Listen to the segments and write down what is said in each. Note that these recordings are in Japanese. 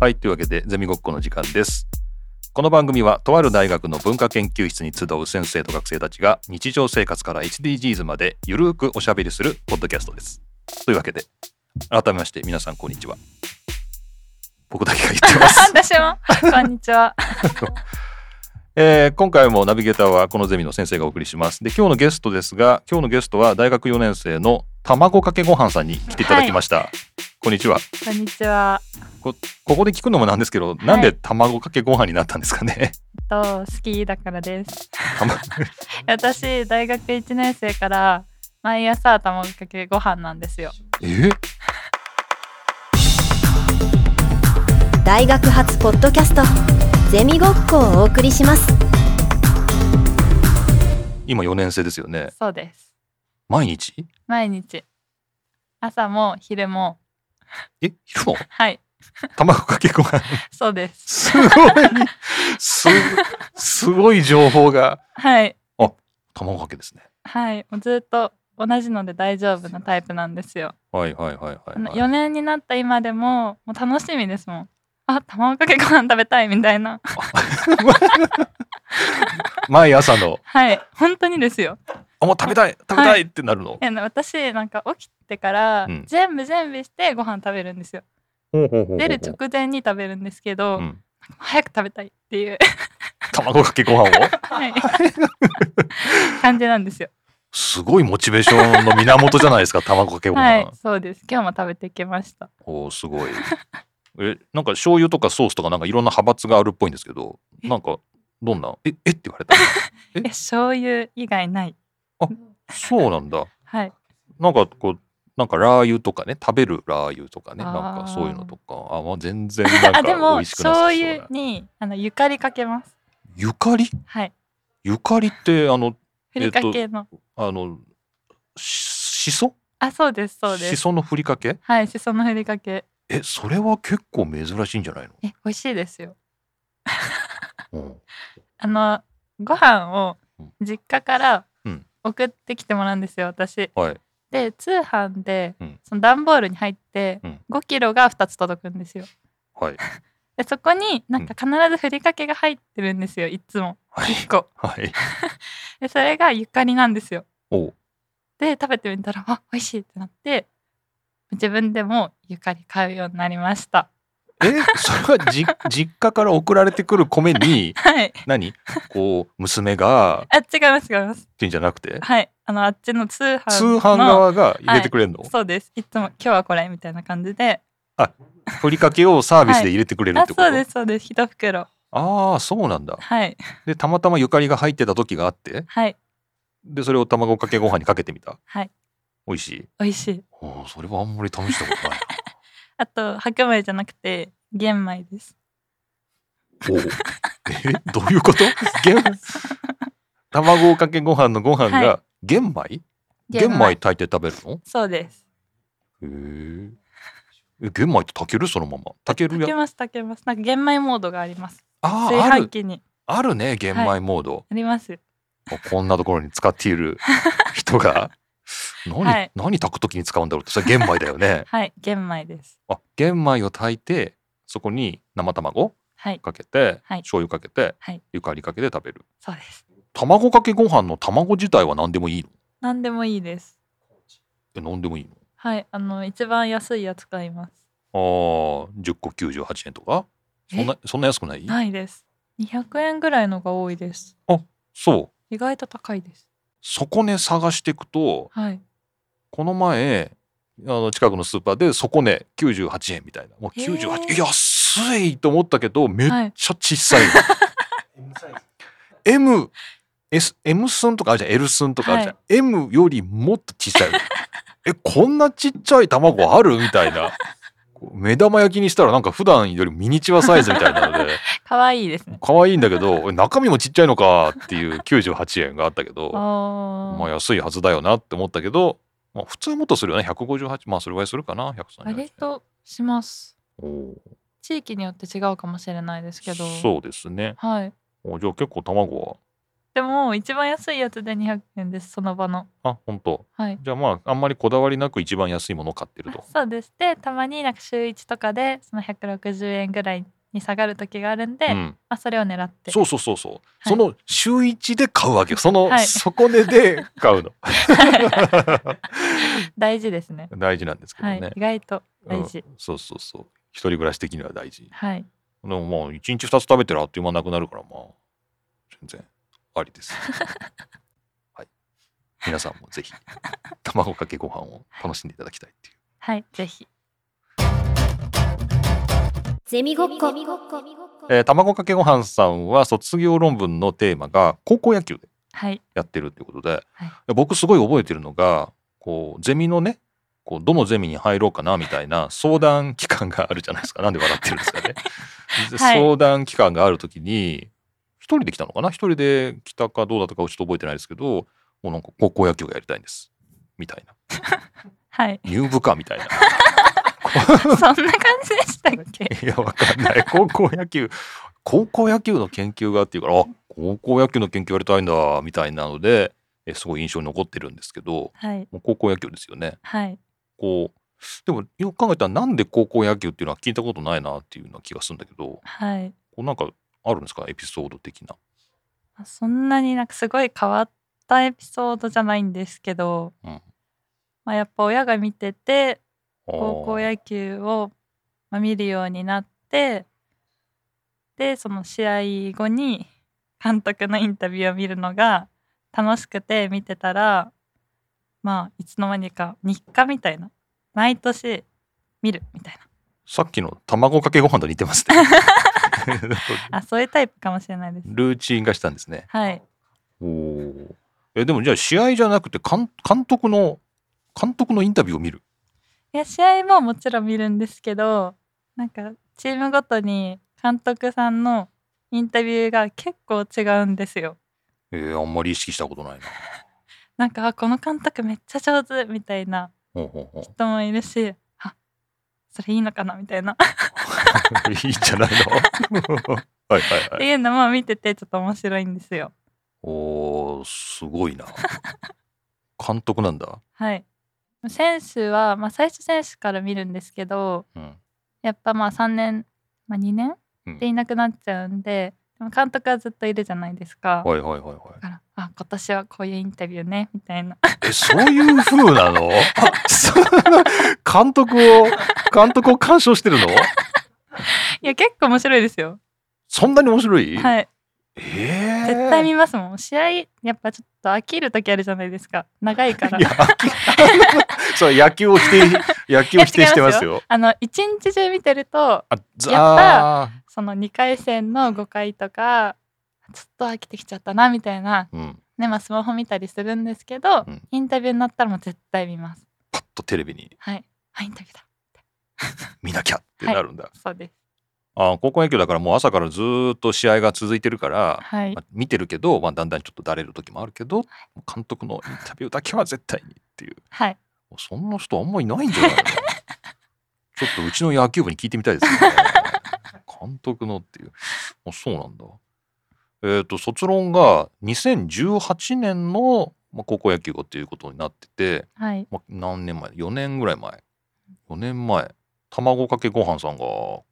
はい、というわけでゼミごっこの時間です。この番組はとある大学の文化研究室に集う先生と学生たちが日常生活から SDGs までゆるくおしゃべりするポッドキャストです。というわけで改めまして皆さんこんにちは。僕だけが言ってます私もこんにちは今回もナビゲーターはこのゼミの先生がお送りします。で、今日のゲストですが、今日のゲストは大学4年生の卵かけごはんさんに来ていただきました、はい、こんにちは。 こんにちは。 ここで聞くのもなんですけど、はい、なんで卵かけご飯になったんですかね。 好きだからです私大学1年生から毎朝卵かけご飯なんですよ。 大学発ポッドキャストゼミごっこをお送りします。 今4年生ですよね。 そうです。 毎日朝も昼も。 昼もはい卵かけご飯そうです。 すごい情報が。 はい。 卵かけですね。 はい、もうずっと同じので大丈夫なタイプなんですよ。 はい 4年になった今でもう楽しみですもん。卵かけご飯食べたいみたいな毎朝の。 はい、本当にですよ。 もう食べたいってなるの。 私なんか起きてから、全部準備してご飯食べるんですよ。出る直前に食べるんですけど、早く食べたいっていう卵かけご飯を、 はい、感じなんですよ。 すごいモチベーションの源じゃないですか卵かけご飯。 はい、そうです。今日も食べてきました。 すごいなんか醤油とかソースとかなんかいろんな派閥があるっぽいんですけど、なんかどんなって言われた醤油以外ない。 そうなんだはい。 なんかラー油とかね、食べるラー油とかね、なんかそういうのとか、全然なんか美味しくなさそうな。 でも醤油にゆかりかけます。 ゆかり？ はい。 ゆかりってふりかけのしそ？ そうですそうです。 しそのふりかけ？ はい、しそのふりかけ。 それは結構珍しいんじゃないの？ 美味しいですよご飯を実家から送ってきてもらうんですよ、私。 はい。 で通販で、その段ボールに入って5キロが2つ届くんですよ。 はい。 でそこになんか必ずふりかけが入ってるんですよ、いつも1個。 はい。 でそれがゆかりなんですよ。 で食べてみたら美味しいってなって、自分でもゆかり買うようになりました。 それは実家から送られてくる米に、 はい、 こう娘が違いますっていうんじゃなくて、 はい、あっちの通販側が入れてくれるの？ はい、そうです。いつも今日はこれみたいな感じで、 ふりかけをサービスで入れてくれるってこと？ そうです1袋。 そうなんだ。 はい。 でたまたまゆかりが入ってた時があって、 はい。 でそれを卵かけご飯にかけてみた。 はい。 美味しい。 美味しい。 それはあんまり試したことないなあと白米じゃなくて玄米です。 どういうこと？卵かけご飯のご飯が玄米？玄米炊いて食べるの？ そうです。 玄米って炊ける？そのまま炊ける？ 炊けます。なんか玄米モードがあります。 炊飯器にあるね、玄米モード、 あります。 こんなところに使っている人が何炊くときに使うんだろうって、それ玄米だよねはい、玄米です。 玄米を炊いてそこに生卵かけて、醤油かけて、ゆかりかけて食べる。 そうです。 卵かけご飯の卵自体は何でもいいの？ 何でもいいです。 何でもいいの？はい、 一番安いやつ買います。 10個98円とか？そんな安くない？ ないです。200円ぐらいのが多いです。 そう意外と高いです。 そこね探していくと、この前近くのスーパーで底値98円みたいな、もう98円安いと思ったけどめっちゃ小さいM 寸とかあるじゃん、L 寸とかあるじゃん、M よりもっと小さいこんなちっちゃい卵あるみたいな目玉焼きにしたらなんか普段よりミニチュアサイズみたいなので可愛いですね。 可愛いんだけど中身もちっちゃいのかっていう98円があったけど安いはずだよなって思ったけど、普通はもっとするよね、158、それぐらいするかな、138円。 割とします。地域によって違うかもしれないですけど。 そうですね。 はい。 じゃあ結構卵はでも一番安いやつで200円です、その場の。 あ、本当。 はい。 じゃあまああんまりこだわりなく一番安いものを買ってると。 そうです。でたまになんか週1とかでその160円ぐらいに下がる時があるんで、まあ、それを狙って。 そう、その週1で買うわけよ。その、底値で買うの。 大事ですね。 大事なんですけどね。 意外と大事。 そう。一人暮らし的には大事。 はい。 でもまあ1日2つ食べてるあっという間なくなるから、まあ全然ありです。はい。皆さんもぜひ卵かけご飯を楽しんでいただきたいっていう。 はい、ぜひ。 ゼミごっこ。 卵かけご飯さんは卒業論文のテーマが高校野球でやってるっていうことで、僕すごい覚えてるのがこうゼミのね、こうどのゼミに入ろうかなみたいな相談期間があるじゃないですか。なんで笑ってるんですかね。相談期間があるときに一人で来たのかな、一人で来たかどうだったかをちょっと覚えてないですけど、もうなんか高校野球がやりたいんですみたいな。 はい。 入部かみたいな。 そんな感じでしたっけ？ いや、わかんない。高校野球の研究がっていうから、あ、高校野球の研究やりたいんだみたいなので、すごい印象に残ってるんですけど、もう高校野球ですよね。 はい。 こうでもよく考えたらなんで高校野球っていうのは聞いたことないなっていうような気がするんだけど、 はい。 こうなんかあるんですか、エピソード的な。 そんなになんかすごい変わったエピソードじゃないんですけど、まあ、やっぱ親が見てて高校野球を見るようになって、でその試合後に監督のインタビューを見るのが楽しくて見てたら、まあいつの間にか日課みたいな、毎年見るみたいな。 さっきの卵かけご飯と似てますね。 あ、そういうタイプかもしれないです。 ルーチンがしたんですね。 はい。 でもじゃあ試合じゃなくて監督のインタビューを見る？ いや、試合ももちろん見るんですけど、なんかチームごとに監督さんのインタビューが結構違うんですよ。 あんまり意識したことないな。 なんかこの監督めっちゃ上手みたいな人もいるし、あ、それいいのかなみたいな。 いいんじゃないの？はい。 っていうのも見ててちょっと面白いんですよ。 すごいな。監督なんだ。 はい。選手は、最初選手から見るんですけど、やっぱ3年、2年でいなくなっちゃうんで、でも監督はずっといるじゃないですか。 はい。 だから今年はこういうインタビューねみたいな。 そういう風なの？監督を鑑賞してるの？いや、結構面白いですよ。 そんなに面白い？ はい。絶対見ますもん。試合やっぱちょっと飽きる時あるじゃないですか、長いから。 そう、野球を否定してますよ。 一日中見てるとやっぱその2回戦の5回とかちょっと飽きてきちゃったなみたいな、スマホ見たりするんですけど、インタビューになったらもう絶対見ます。 パッとテレビに、 はい、インタビューだ見なきゃってなるんだ。 そうです。 高校野球だからもう朝からずっと試合が続いてるから、見てるけど、だんだんちょっとだれる時もあるけど、監督のインタビューだけは絶対にっていう、そんな人あんまりいないんじゃないの？ちょっとうちの野球部に聞いてみたいですね。監督のっていう。そうなんだ。卒論が2018年の高校野球部っていうことになってて、何年前？4年ぐらい前。4年前。卵かけご飯さんが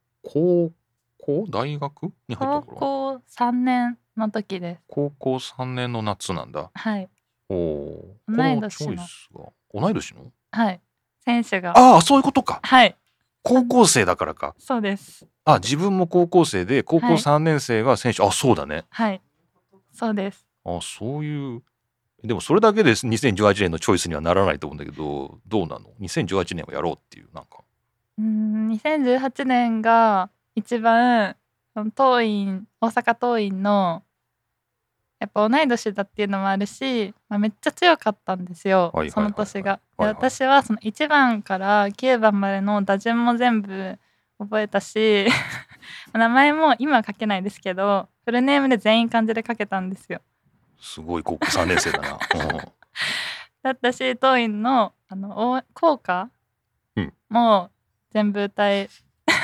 大学に入った頃？ 高校3年の時です。 高校3年の夏なんだ。 はい。 同い年の。同い年の？ はい。選手が。 ああ、そういうことか。 はい。 高校生だからか。 そうです。 自分も高校生で高校3年生が選手。そうだね。 はい。そうです。 そういう。でもそれだけで2018年のチョイスにはならないと思うんだけど、どうなの？2018年はやろうっていうなんか。 2018年が一番大阪桐蔭のやっぱ同い年だっていうのもあるし、めっちゃ強かったんですよ、その年が。で、私はその1番から9番までの打順も全部覚えたし名前も今は書けないですけどフルネームで全員漢字で書けたんですよ。 すごい高校3年生だな。 だったし桐蔭の校歌も全部歌え今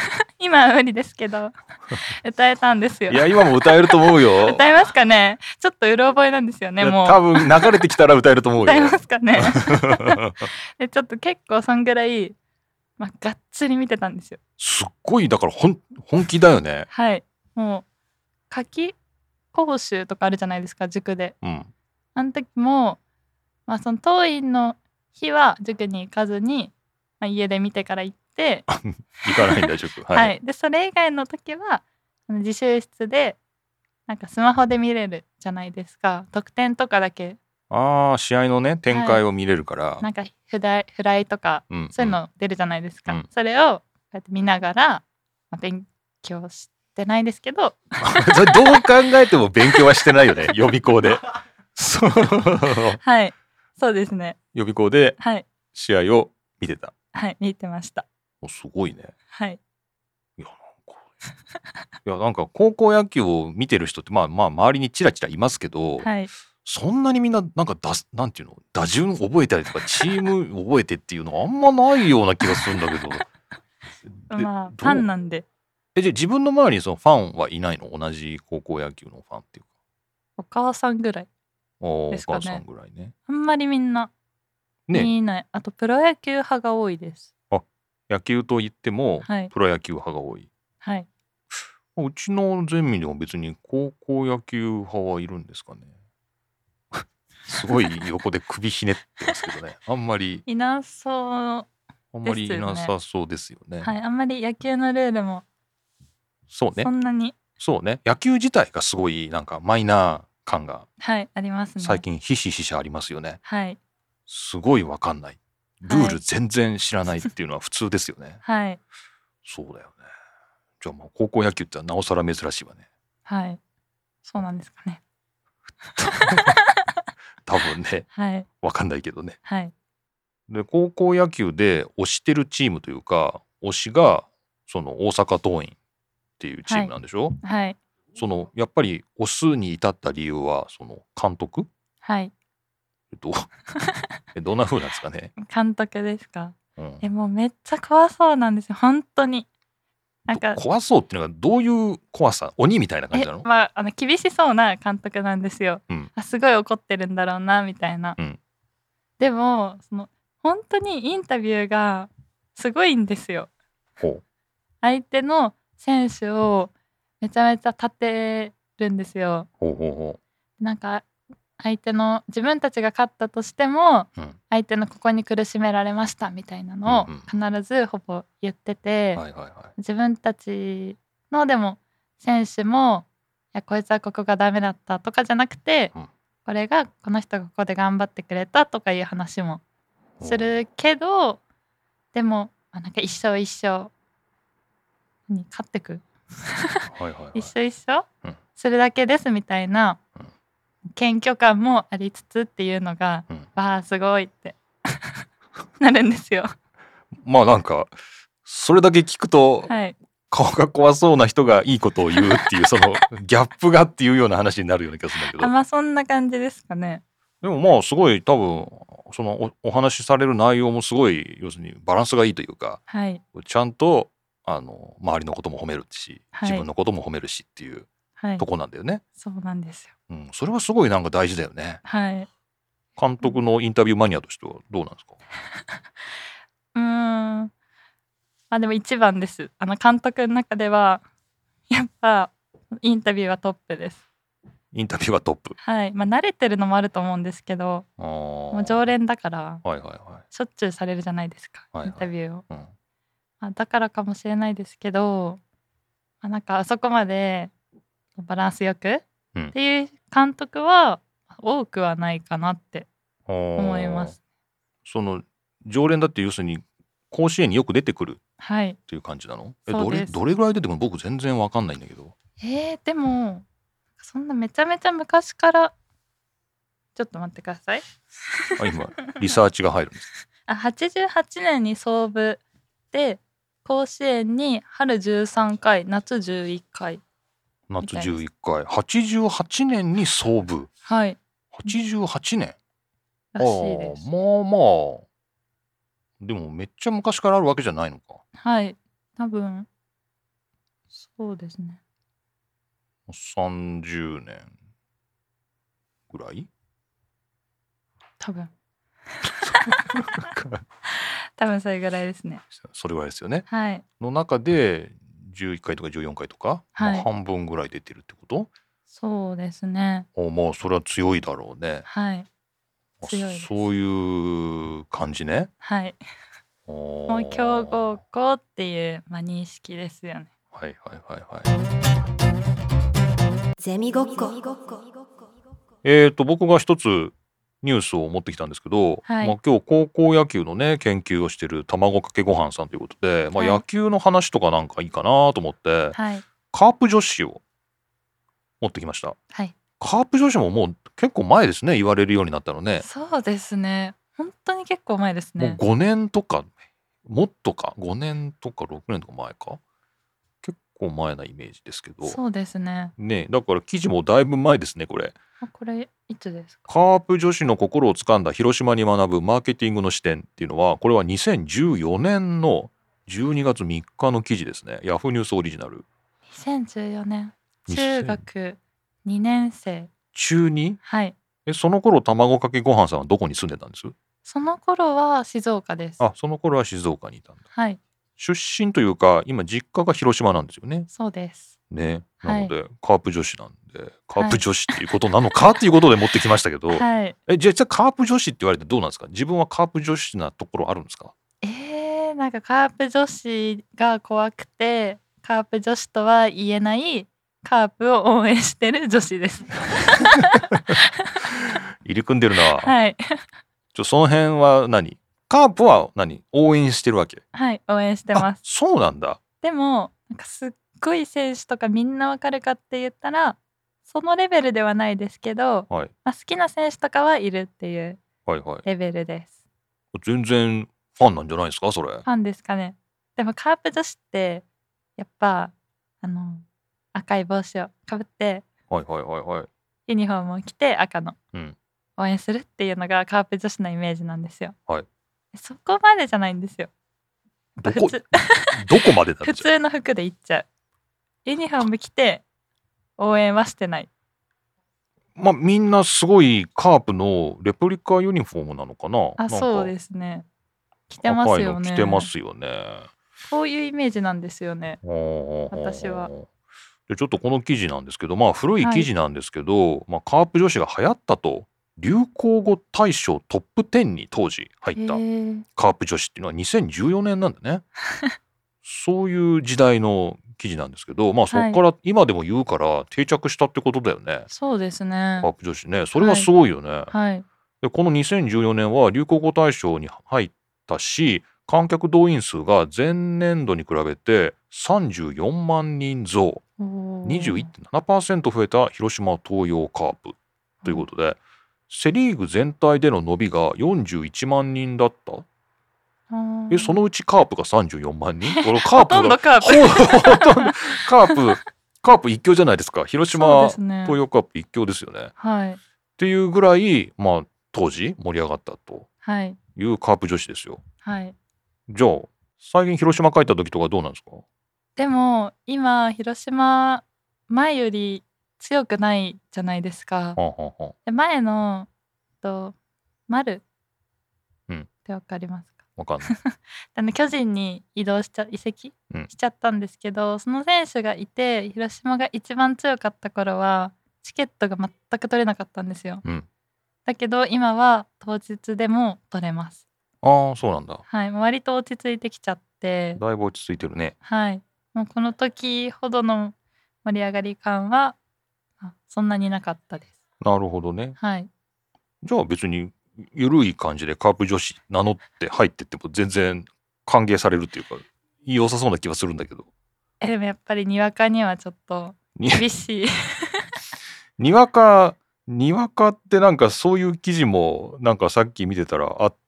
今は無理ですけど歌えたんですよ。 いや今も歌えると思うよ。 歌えますかね。ちょっとうろ覚えなんですよね。もう多分流れてきたら歌えると思うよ。 歌えますかねでちょっと結構そんぐらい、がっつり見てたんですよ。 すっごいだから本気だよね。 はい、もう夏季講習とかあるじゃないですか、塾で。あの時も、その当院の日は塾に行かずに、家で見てから行って行かないんだ塾。 はい、でそれ以外の時は自習室でなんかスマホで見れるじゃないですか、得点とかだけ。 試合のね展開を見れるから、 なんかフライとか、そういうの出るじゃないですか、それをこうやって見ながら、勉強してないですけどそれどう考えても勉強はしてないよね予備校ではいそうですね、 予備校で試合を見てた。 はい見てました。 すごいね。 はい。 いやなんか高校野球を見てる人って周りにちらちらいますけど、そんなにみんななんかなんていうの、打順覚えたりとかチーム覚えてっていうのはあんまないような気がするんだけどファンなんで。 じゃあ自分の周りにそのファンはいないの？同じ高校野球のファンっていうか。 お母さんぐらいですかね。 お母さんぐらいね。 あんまりみんな見ない。あとプロ野球派が多いです。 野球といってもプロ野球派が多い。 はい。 うちのゼミでも別に高校野球派はいるんですかね。すごい横で首ひねってますけどね。あんまりいなそう。 あんまりいなさそうですよね。 はい、あんまり野球のルールもそうね。 そんなに。 そうね。野球自体がすごいなんかマイナー感がありますね。 最近ひしひしありますよね。 はい。 すごいわかんない。ルール全然知らないっていうのは普通ですよね。 はい。 そうだよね。じゃあもう高校野球ってなおさら珍しいわね。 はい。そうなんですかね。 多分ね。 はい。 わかんないけどね。 はい。 で高校野球で推してるチームというか推しがその大阪桐蔭っていうチームなんでしょ？ はい。 そのやっぱり推すに至った理由はその監督？ はい。 どんな風なんですかね。 監督ですか？もうめっちゃ怖そうなんですよ本当に。 なんか怖そうっていうのがどういう怖さ？鬼みたいな感じなの？ 厳しそうな監督なんですよ。すごい怒ってるんだろうなみたいな。でもその本当にインタビューがすごいんですよ。相手の選手をめちゃめちゃ立てるんですよ。なんか相手の自分たちが勝ったとしても、相手のここに苦しめられましたみたいなのを必ずほぼ言ってて、自分たちのでも選手もいやこいつはここがダメだったとかじゃなくて、これがこの人がここで頑張ってくれたとかいう話もするけど、でもなんか一生一生に勝ってく一生一生するだけですみたいな謙虚感もありつつっていうのが、すごいってなるんですよ。 なんかそれだけ聞くと、顔が怖そうな人がいいことを言うっていうそのギャップがっていうような話になるような気がするんだけど。 そんな感じですかね。 でもすごい多分その お話しされる内容もすごい要するにバランスがいいというか、ちゃんと周りのことも褒めるし、自分のことも褒めるしっていうとこなんだよね。 そうなんですよ。 それはすごいなんか大事だよね。 はい。 監督のインタビューマニアとしてはどうなんですか？ でも一番です。監督の中ではやっぱインタビューはトップです。 インタビューはトップ。 はい。慣れてるのもあると思うんですけど、もう常連だから、しょっちゅうされるじゃないですか、インタビューを。だからかもしれないですけど、なんかあそこまでバランスよくっていう監督は多くはないかなって思います。 その常連だって要するに甲子園によく出てくるっていう感じなの？どれぐらい出てくるの？僕全然わかんないんだけど。 でもそんなめちゃめちゃ昔から、ちょっと待ってください。 今リサーチが入るんです。 88年に創部で甲子園に春13回夏11回夏11回88年に創部。 はい 88年らしいです。 でもめっちゃ昔からあるわけじゃないのか。 はい多分そうですね。 30年ぐらい多分それぐらいですね。 それぐらいですよね。 はい。 の中で11回とか14回とか、 はい半分ぐらい出てるってこと？ そうですね。 まあそれは強いだろうね。 はい。強いです。 そういう感じね。 はい。もう強豪校っていう、認識ですよね。 はいはいはいはい。 ゼミごっこ。 僕が一つニュースを持ってきたんですけど、 はい。 今日高校野球のね研究をしてる卵かけご飯さんということで、 はい野球の話とかなんかいいかなと思って、 はい。 カープ女子を持ってきました。 はい。 カープ女子ももう結構前ですね、言われるようになったのね。 そうですね。本当に結構前ですね。 もう5年とかもっとか、5年とか6年とか前か、結構前なイメージですけどそうですね。 ね。だから記事もだいぶ前ですねこれ。 これいつですか？ カープ女子の心をつかんだ広島に学ぶマーケティングの視点っていうのは、これは2014年の12月3日の記事ですね。ヤフーニュースオリジナル。 2014年中学2年生中2？ はい。 その頃卵かけご飯さんはどこに住んでたんです？ その頃は静岡です。 その頃は静岡にいたんだ。 はい。 出身というか今実家が広島なんですよね。 そうですね。 はいなので、カープ女子なんでカープ女子っていうことなのかっていうことで持ってきましたけど、 はい。 じゃあカープ女子って言われてどうなんですか？自分はカープ女子なところあるんですか？ なんかカープ女子が怖くてカープ女子とは言えないカープを応援してる女子です。 入り組んでるな。 はい。 その辺はカープは応援してるわけ？ はい、応援してます。 そうなんだ。 でもなんかすっごい選手とかみんなわかるかって言ったらそのレベルではないですけど、 はい好きな選手とかはいるっていうはいはい。 レベルです。 全然ファンなんじゃないですかそれ。 ファンですかね。でもカープ女子ってやっぱ赤い帽子をかぶってはいはいはいはい。 ユニフォームを着て赤のうん応援するっていうのがカープ女子のイメージなんですよ。 はい。 そこまでじゃないんですよ。 どこまでなん普ですか？ 通の服で行っちゃう。ユニフォーム着て応援はしてない。 みんなすごいカープのレプリカユニフォームなのかな。 そうですね。着てますよね。 赤いの着てますよね。 こういうイメージなんですよね。私は。 でちょっとこの記事なんですけど、古い記事なんですけど、カープ女子が流行ったと流行語大賞トップ10に当時入ったカープ女子っていうのは2014年なんだね。そういう時代の記事なんですけど、そこから今でも言うから定着したってことだよね。 そうですね。 カープ女子ね。それはすごいよね。 はい。 でこの2014年は流行語大賞に入ったし、観客動員数が前年度に比べて34万人増、21.7% 増えた広島東洋カープということで、セリーグ全体での伸びが41万人だった。そのうちカープが34万人。このカープがほとんどカープカープ一強じゃないですか。広島そうですね東洋カープ一強ですよね。 はい。 っていうぐらい当時盛り上がったとはい。 いうカープ女子ですよ。 はい。 じゃあ最近広島帰った時とかどうなんですか？ でも今広島前より強くないじゃないですか。で前の丸ってわかりますか？ わかんない。 巨人に移籍しちゃったんですけど、その選手がいて広島が一番強かった頃はチケットが全く取れなかったんですよ。だけど今は当日でも取れます。 そうなんだ。 はい、割と落ち着いてきちゃって、 だいぶ落ち着いてるね。 はい、もうこの時ほどの盛り上がり感はそんなになかったです。 なるほどね。 はい。 じゃあ別に緩い感じでカープ女子名乗って入ってっても全然歓迎されるっていうか良さそうな気はするんだけど。 でもやっぱりにわかにはちょっと厳しい。 にわかってなんかそういう記事もなんかさっき見てたらあって、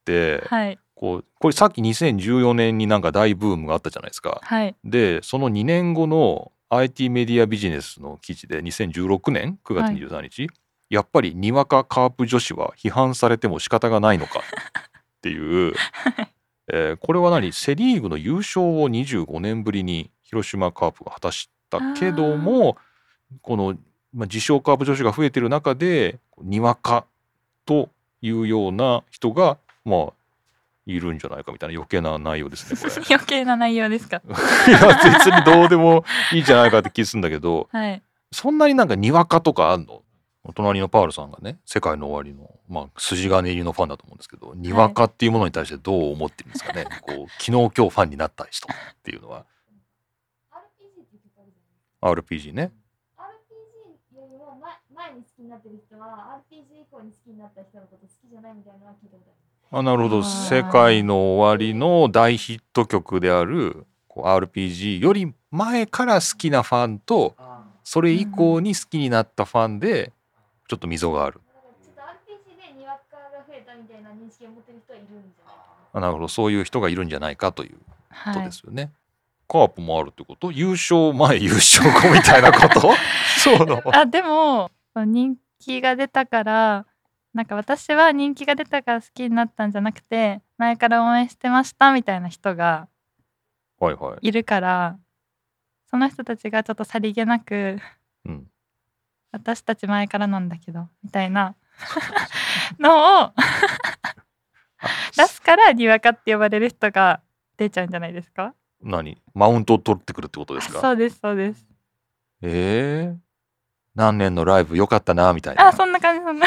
はい、 これさっき2014年になんか大ブームがあったじゃないですか。 はい、 でその2年後の IT メディアビジネスの記事で2016年9月23日、やっぱりにわかカープ女子は批判されても仕方がないのかっていうこれはセリーグの優勝を25年ぶりに広島カープが果たしたけども、この、自称カープ女子が増えてる中でにわかというような人がいるんじゃないかみたいな余計な内容ですね、これ。 余計な内容ですか。 いや別にどうでもいいんじゃないかって気するんだけど、 はい、 そんなににわかとかあんの？隣のパールさんがね、世界の終わりの、筋金入りのファンだと思うんですけど、にわかっていうものに対してどう思ってるんですかね、こう昨日今日ファンになった人っていうのは。 RPG ね。 RPG よりも前に好きになってる人は RPG 以降に好きになった人のこと好きじゃないみたいなのは聞いたことある。 なるほど。世界の終わりの大ヒット曲であるRPG より前から好きなファンと、それ以降に好きになったファンでちょっと溝がある。 ちょっと RPG でにわかが増えたみたいな認識を持ってる人はいるんじゃないかな。 なるほど、そういう人がいるんじゃないかということですよね。カープもあるってこと？優勝前優勝後みたいなことそうのでも人気が出たから、私は人気が出たから好きになったんじゃなくて、前から応援してましたみたいな人がいるから、その人たちがちょっとさりげなく、私たち前からなんだけどみたいなのを出すからにわかって呼ばれる人が出ちゃうんじゃないですか。 マウントを取ってくるってことですか？ そうですそうです。 何年のライブ良かったなみたいな。 そんな感じそんな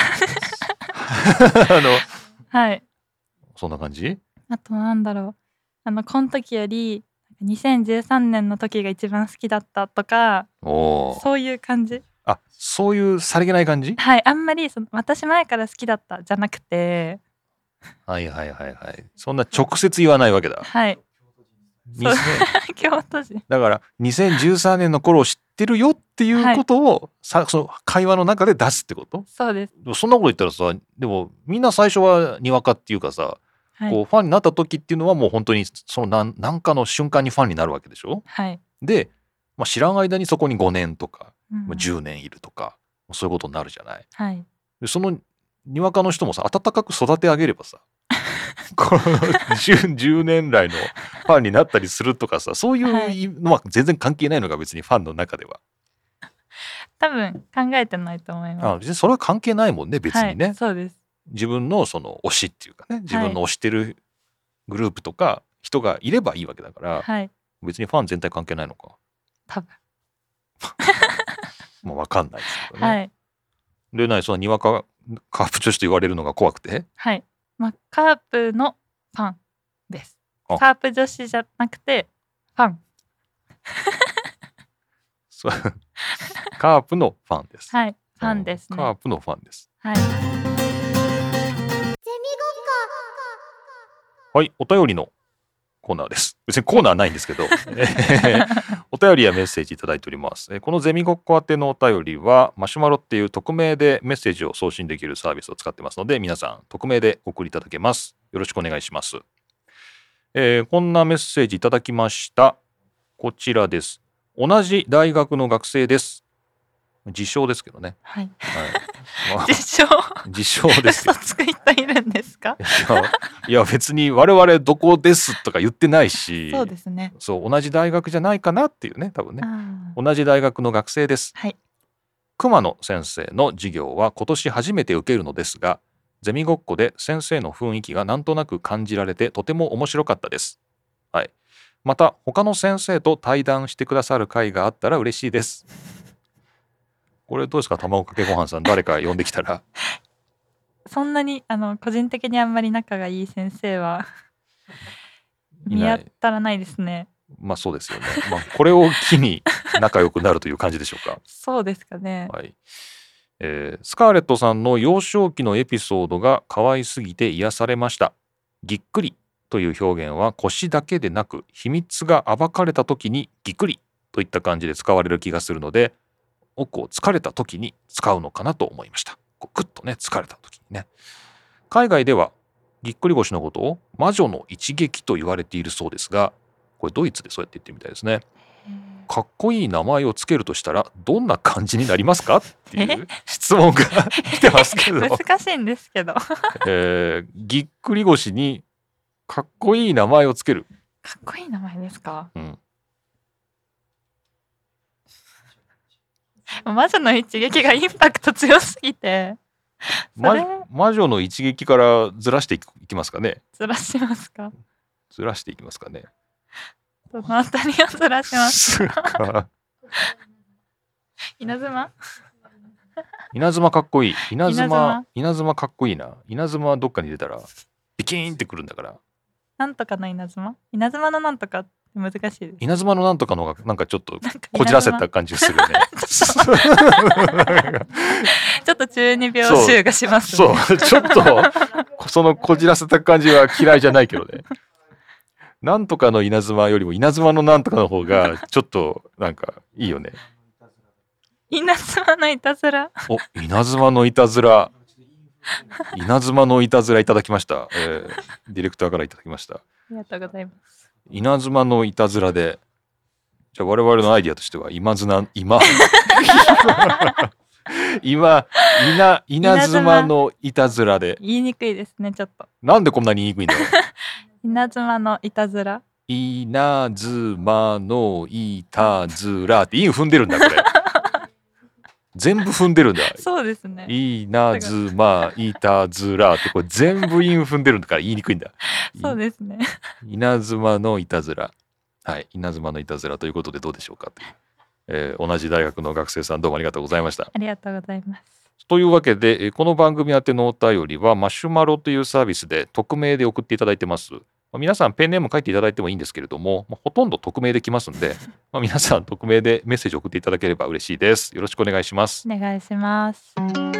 はい、 そんな感じ。 あとこの時より2013年の時が一番好きだったとか、そういう感じ。 そういうさりげない感じ。 はい、あんまり私前から好きだったじゃなくて、 そんな直接言わないわけだ。 はい。京都人だから2013年の頃を知ってるよっていうことを、その会話の中で出すってこと？ そうです。 そんなこと言ったらさ、でもみんな最初はにわかっていうかさ、こうファンになった時っていうのはもう本当にその何かの瞬間にファンになるわけでしょ。で、知らん間にそこに5年とか、10年いるとか、そういうことになるじゃない。でそのにわかの人もさ、温かく育て上げればさこの 10年来のファンになったりするとかさ、そういうのは全然関係ないのが別にファンの中では多分考えてないと思います。 別にそれは関係ないもんね、別にね。 そうです。 自分のその推しっていうかね、自分の推してるグループとか人がいればいいわけだから、別にファン全体関係ないのか多分もう分かんないですけどね。でそのにわかカープ女子と言われるのが怖くて、 カープのファンです。カープ女子じゃなくてファンカープのファンです。 ファンですね。 カープのファンです。お便りのコーナーです。別にコーナーないんですけどお便りやメッセージいただいております。このゼミごっこ宛てのお便りはマシュマロっていう匿名でメッセージを送信できるサービスを使ってますので、皆さん匿名でお送りいただけます。よろしくお願いします。こんなメッセージいただきました。こちらです。同じ大学の学生です。自称ですけどね。自称ですよ。 嘘つく人いるんですか？ いや別に我々どこですとか言ってないし、 そうですね。 そう同じ大学じゃないかなっていうね、多分ね。同じ大学の学生です。熊野先生の授業は今年初めて受けるのですが、ゼミごっこで先生の雰囲気がなんとなく感じられてとても面白かったです。また他の先生と対談してくださる会があったら嬉しいです。これどうですか、卵かけご飯さん、誰か呼んできたら。 そんなに個人的にあんまり仲がいい先生は見当たらないですね。 そうですよね。これを機に仲良くなるという感じでしょうか。 そうですかね。 スカーレットさんの幼少期のエピソードが可愛すぎて癒されました。ぎっくりという表現は腰だけでなく秘密が暴かれた時にぎっくりといった感じで使われる気がするので、疲れた時に使うのかなと思いました。グッとね、疲れた時にね。海外ではぎっくり腰のことを魔女の一撃と言われているそうですが、これドイツでそうやって言ってみたいですね。かっこいい名前をつけるとしたらどんな感じになりますかっていう質問が来てますけど難しいんですけどぎっくり腰にかっこいい名前をつける。 かっこいい名前ですか？魔女の一撃がインパクト強すぎて、 魔女の一撃からずらしていきますかね。 ずらしますか？ ずらしていきますかね。 どのあたりをずらしますか？稲妻？ 稲妻かっこいい。稲妻かっこいいな。稲妻はどっかに出たらピキーンってくるんだから。 なんとかの稲妻？稲妻のなんとかって難しいです。 稲妻のなんとかの方がなんかちょっとこじらせた感じがするよね。 ちょっと中二病臭がしますね。 そう、ちょっとそのこじらせた感じは嫌いじゃないけどね。なんとかの稲妻よりも稲妻のなんとかの方がちょっとなんかいいよね。 稲妻のいたずら。 お、稲妻のいたずら。稲妻のいたずらいただきました。ディレクターからいただきました。 ありがとうございます。 稲妻のいたずらで、じゃあ我々のアイディアとしては稲妻のいたずらで。 言いにくいですね、ちょっと。 なんでこんなに言いにくいんだろう。 稲妻のいたずら。 稲妻のいたずらって韻踏んでるんだこれ。全部踏んでるんだ。 そうですね。 稲妻いたずらってこれ全部韻踏んでるんだから言いにくいんだ。 そうですね。 稲妻のいたずら。はい、稲妻のいたずらということでどうでしょうかという、同じ大学の学生さんどうもありがとうございました。 ありがとうございます。 というわけで、この番組宛てのお便りはマシュマロというサービスで匿名で送っていただいてます。皆さんペンネーム書いていただいてもいいんですけれども、ほとんど匿名できますんで、皆さん匿名でメッセージ送っていただければ嬉しいです。よろしくお願いします。 お願いします。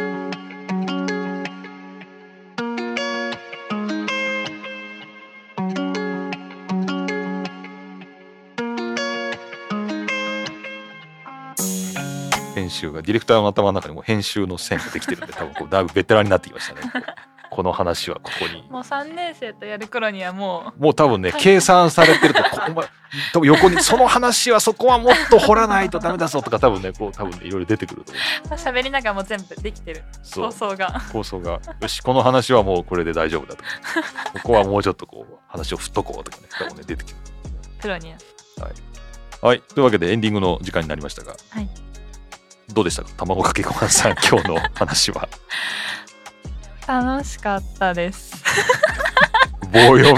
編集がディレクターの頭の中にも編集の線ができてるんで、多分だいぶベテランになってきましたね。この話はここにもう3年生とやる頃にはもう多分ね計算されてると多分横にその話はそこはもっと掘らないとダメだぞとか多分ねいろいろ出てくると思う。 喋りながらも全部できてる構想がよしこの話はもうこれで大丈夫だとかここはもうちょっと話を振っとこうとかね多分ね出てきてるプロにはい、というわけでエンディングの時間になりましたが、 はい、 どうでしたか卵かけご飯さん今日の話は。 楽しかったです。 棒読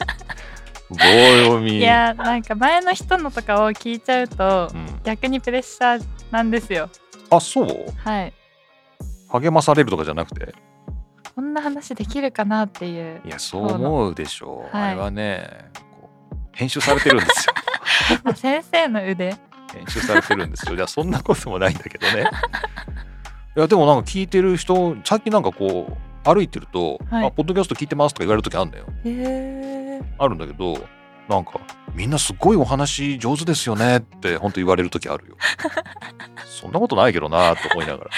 み。いやなんか前の人のとかを聞いちゃうと、逆にプレッシャーなんですよ。 あ、そう？ はい。 励まされるとかじゃなくて、 こんな話できるかなっていう。 いやそう思うでしょう。あれはね編集されてるんですよ。 先生の腕。 編集されてるんですよ。いやそんなこともないんだけどね。いやでもなんか聞いてる人さっきなんか歩いてると、ポッドキャスト聞いてますとか言われる時あるんだよ。あるんだけどなんかみんなすごいお話上手ですよねって本当言われる時あるよ。そんなことないけどなと思いながら。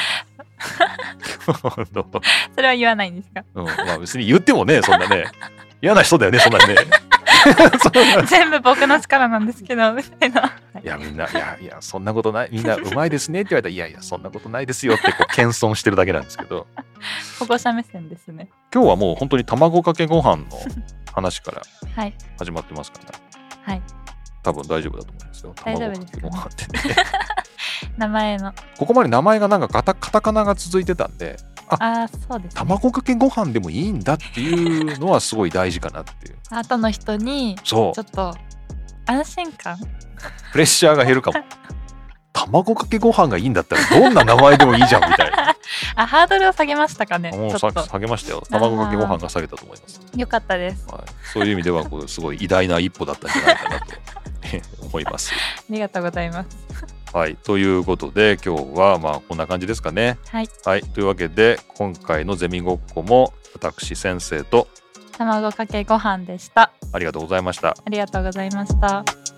それは言わないんですか？ 別に言ってもねそんなね嫌な人だよねそんなにね。 全部僕の力なんですけどみたいな。 いやみんないやそんなことないみんなうまいですねって言われたらいやそんなことないですよって謙遜してるだけなんですけど。 保護者目線ですね。 今日はもう本当に卵かけご飯の話から始まってますからね。 はい。 多分大丈夫だと思いますよ。 大丈夫ですかね。 卵かけご飯ってね。 名前のここまで名前がなんかカタカナが続いてたんで、 そうですね。 卵かけご飯でもいいんだっていうのはすごい大事かなっていう。 後の人にちょっと安心感、 プレッシャーが減るかも。卵かけご飯がいいんだったらどんな名前でもいいじゃんみたいな。 ハードルを下げましたかね。 もう下げましたよ。卵かけご飯が下げたと思います。 よかったです。 そういう意味ではすごい偉大な一歩だったんじゃないかなと思います。 ありがとうございます。 はい、ということで今日はこんな感じですかね。 はい。 というわけで今回のゼミごっこも私先生と卵かけご飯でした。 ありがとうございました。 ありがとうございました。